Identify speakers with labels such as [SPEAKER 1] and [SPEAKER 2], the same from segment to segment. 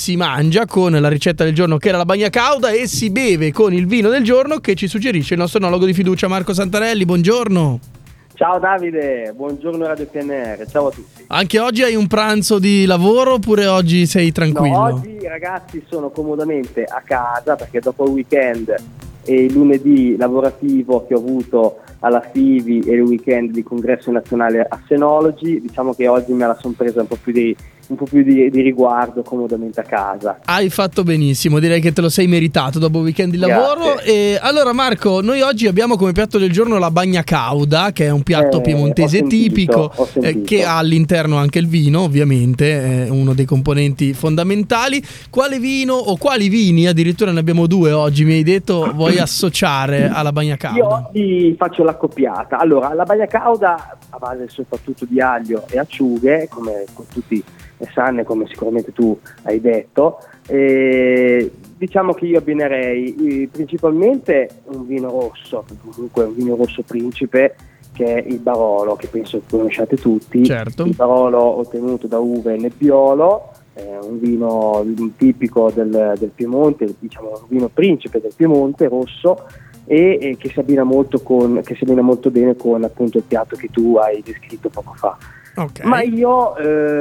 [SPEAKER 1] si mangia con la ricetta del giorno, che era la bagna cauda, e si beve con il vino del giorno che ci suggerisce il nostro enologo di fiducia Marco Santarelli. Buongiorno.
[SPEAKER 2] Ciao Davide, buongiorno Radio PNR, ciao a tutti.
[SPEAKER 1] Anche oggi hai un pranzo di lavoro oppure oggi sei tranquillo?
[SPEAKER 2] No, oggi ragazzi sono comodamente a casa perché dopo il weekend e il lunedì lavorativo che ho avuto alla FIVI e il weekend di congresso nazionale a Senology, diciamo che oggi me la sono presa un po' più di riguardo, comodamente a casa.
[SPEAKER 1] Hai fatto benissimo, direi che te lo sei meritato dopo il weekend di lavoro. E allora Marco, noi oggi abbiamo come piatto del giorno la bagna cauda, che è un piatto piemontese tipico, che ha all'interno anche il vino, ovviamente, è uno dei componenti fondamentali. Quale vino o quali vini, addirittura ne abbiamo due oggi, mi hai detto, vuoi associare alla bagna cauda?
[SPEAKER 2] Io oggi faccio l'accoppiata. Allora, la bagna cauda a base soprattutto di aglio e acciughe, come con tutti sanno, come sicuramente tu hai detto, diciamo che io abbinerei principalmente un vino rosso, comunque un vino rosso principe, che è il Barolo, che penso conosciate tutti.
[SPEAKER 1] Certo.
[SPEAKER 2] Il Barolo ottenuto da uve Nebbiolo, un vino tipico del Piemonte, diciamo un vino principe del Piemonte, rosso, e che si abbina molto bene con appunto il piatto che tu hai descritto poco fa.
[SPEAKER 1] Okay.
[SPEAKER 2] Ma io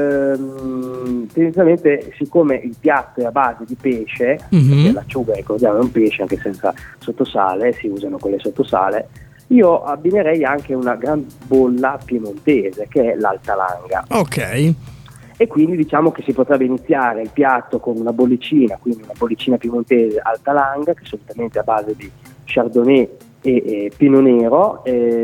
[SPEAKER 2] tendenzialmente, siccome il piatto è a base di pesce, perché l'acciuga, ricordiamo, è un pesce anche senza sottosale, si usano quelle sottosale, io abbinerei anche una gran bolla piemontese che è l'Alta Langa.
[SPEAKER 1] Ok.
[SPEAKER 2] E quindi diciamo che si potrebbe iniziare il piatto con una bollicina, quindi una bollicina piemontese Alta Langa, che è solitamente a base di Chardonnay e Pinot Nero,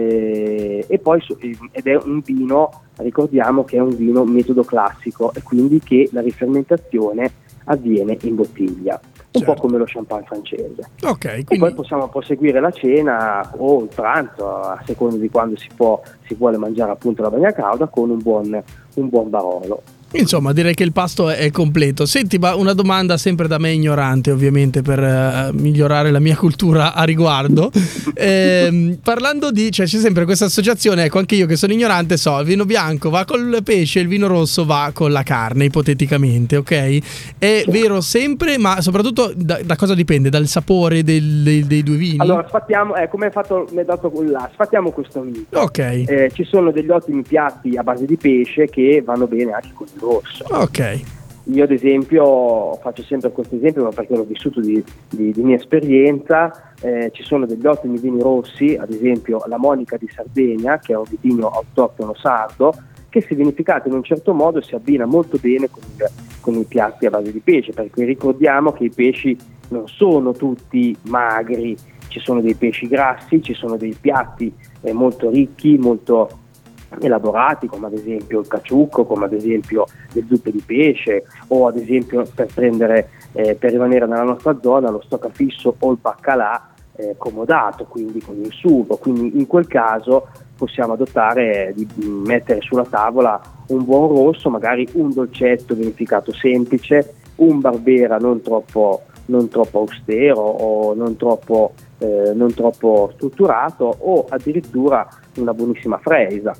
[SPEAKER 2] e poi ed è un vino, ricordiamo che è un vino metodo classico, e quindi che la rifermentazione avviene in bottiglia, un po' come lo champagne francese.
[SPEAKER 1] Okay, quindi...
[SPEAKER 2] E poi possiamo proseguire la cena o il pranzo, a seconda di quando si vuole mangiare appunto la bagna cauda, con un buon Barolo.
[SPEAKER 1] Insomma, direi che il pasto è completo. Senti, ma una domanda sempre da me ignorante, ovviamente, per migliorare la mia cultura a riguardo. Parlando di, cioè c'è sempre questa associazione, ecco, anche io che sono ignorante so, il vino bianco va col pesce, il vino rosso va con la carne, ipoteticamente, ok? È vero sempre, ma soprattutto da cosa dipende? Dal sapore dei due vini?
[SPEAKER 2] Allora, sfattiamo, come mi hai dato là, sfattiamo questo mito.
[SPEAKER 1] Ok.
[SPEAKER 2] Ci sono degli ottimi piatti a base di pesce che vanno bene anche con il rosso.
[SPEAKER 1] Ok.
[SPEAKER 2] Io ad esempio faccio sempre questo esempio, ma perché l'ho vissuto di mia esperienza. Ci sono degli ottimi vini rossi, ad esempio la Monica di Sardegna, che è un vino autoctono sardo, che se vinificato in un certo modo si abbina molto bene con i piatti a base di pesce, perché ricordiamo che i pesci non sono tutti magri, ci sono dei pesci grassi, ci sono dei piatti molto ricchi, molto elaborati, come ad esempio il caciucco, come ad esempio le zuppe di pesce, o ad esempio per rimanere nella nostra zona lo stoccafisso o il baccalà comodato, quindi con il sugo. Quindi in quel caso possiamo adottare di mettere sulla tavola un buon rosso, magari un dolcetto vinificato semplice, un Barbera non troppo austero o non troppo strutturato, o addirittura una buonissima Freisa.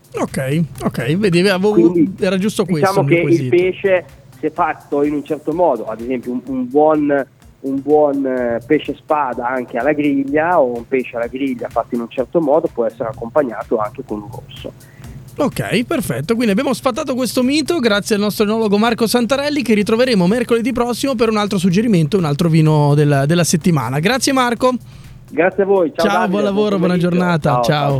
[SPEAKER 1] Ok, vedi, era giusto questo.
[SPEAKER 2] Diciamo che il pesce, se fatto in un certo modo, ad esempio un buon pesce spada anche alla griglia, o un pesce alla griglia fatto in un certo modo, può essere accompagnato anche con un rosso.
[SPEAKER 1] Ok, perfetto, quindi abbiamo sfatato questo mito grazie al nostro enologo Marco Santarelli, che ritroveremo mercoledì prossimo per un altro suggerimento, un altro vino della settimana. Grazie Marco.
[SPEAKER 2] Grazie a voi, ciao Davide,
[SPEAKER 1] buon lavoro, buona giornata, ciao.